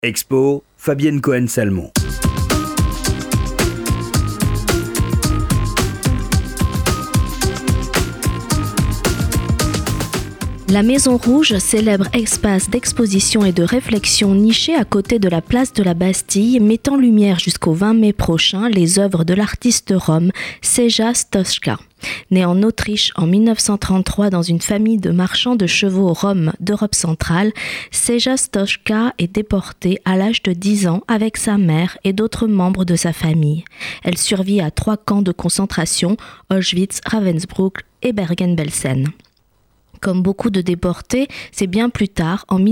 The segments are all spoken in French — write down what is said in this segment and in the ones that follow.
Expo, Fabienne Cohen-Salmon. La Maison Rouge, célèbre espace d'exposition et de réflexion niché à côté de la place de la Bastille, met en lumière jusqu'au 20 mai prochain les œuvres de l'artiste rom Seja Stoška. Né en Autriche en 1933 dans une famille de marchands de chevaux roms d'Europe centrale, Seja Stoška est déportée à l'âge de 10 ans avec sa mère et d'autres membres de sa famille. Elle survit à 3 camps de concentration, Auschwitz, Ravensbrück et Bergen-Belsen. Comme beaucoup de déportés, c'est bien plus tard, en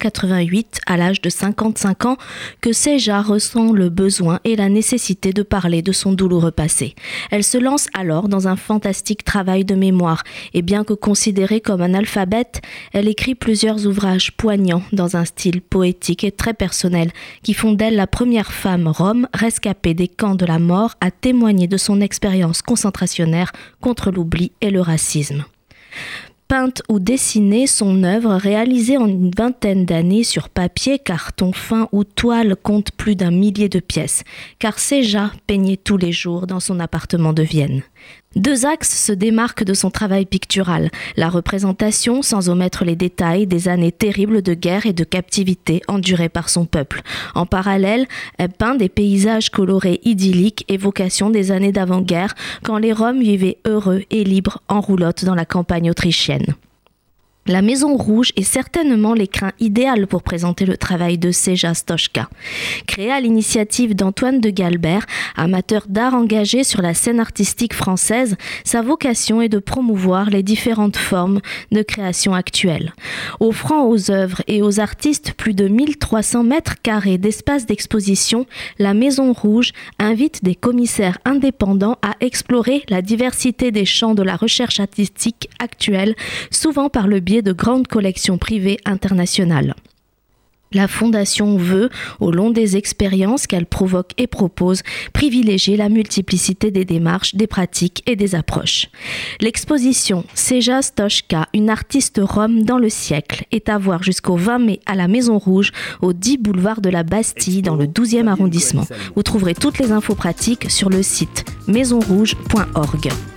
1988, à l'âge de 55 ans, que Seja ressent le besoin et la nécessité de parler de son douloureux passé. Elle se lance alors dans un fantastique travail de mémoire, et bien que considérée comme analphabète, elle écrit plusieurs ouvrages poignants dans un style poétique et très personnel, qui font d'elle la première femme rome rescapée des camps de la mort à témoigner de son expérience concentrationnaire contre l'oubli et le racisme. Peinte ou dessinée, son œuvre, réalisée en une vingtaine d'années sur papier, carton fin ou toile, compte plus d'1 millier de pièces, car Seja peignait tous les jours dans son appartement de Vienne. 2 axes se démarquent de son travail pictural, la représentation, sans omettre les détails, des années terribles de guerre et de captivité endurées par son peuple. En parallèle, elle peint des paysages colorés idylliques, évocation des années d'avant-guerre, quand les Roms vivaient heureux et libres en roulotte dans la campagne autrichienne. La Maison Rouge est certainement l'écrin idéal pour présenter le travail de Seja Stoška. Créée à l'initiative d'Antoine de Galbert, amateur d'art engagé sur la scène artistique française, sa vocation est de promouvoir les différentes formes de création actuelles. Offrant aux œuvres et aux artistes plus de 1300 mètres carrés d'espace d'exposition, la Maison Rouge invite des commissaires indépendants à explorer la diversité des champs de la recherche artistique actuelle, souvent par le biais de grandes collections privées internationales. La Fondation veut, au long des expériences qu'elle provoque et propose, privilégier la multiplicité des démarches, des pratiques et des approches. L'exposition Seja Stoška, une artiste rome dans le siècle, est à voir jusqu'au 20 mai à la Maison Rouge, au 10 boulevard de la Bastille, dans le 12e arrondissement. Vous trouverez toutes les infos pratiques sur le site maisonrouge.org.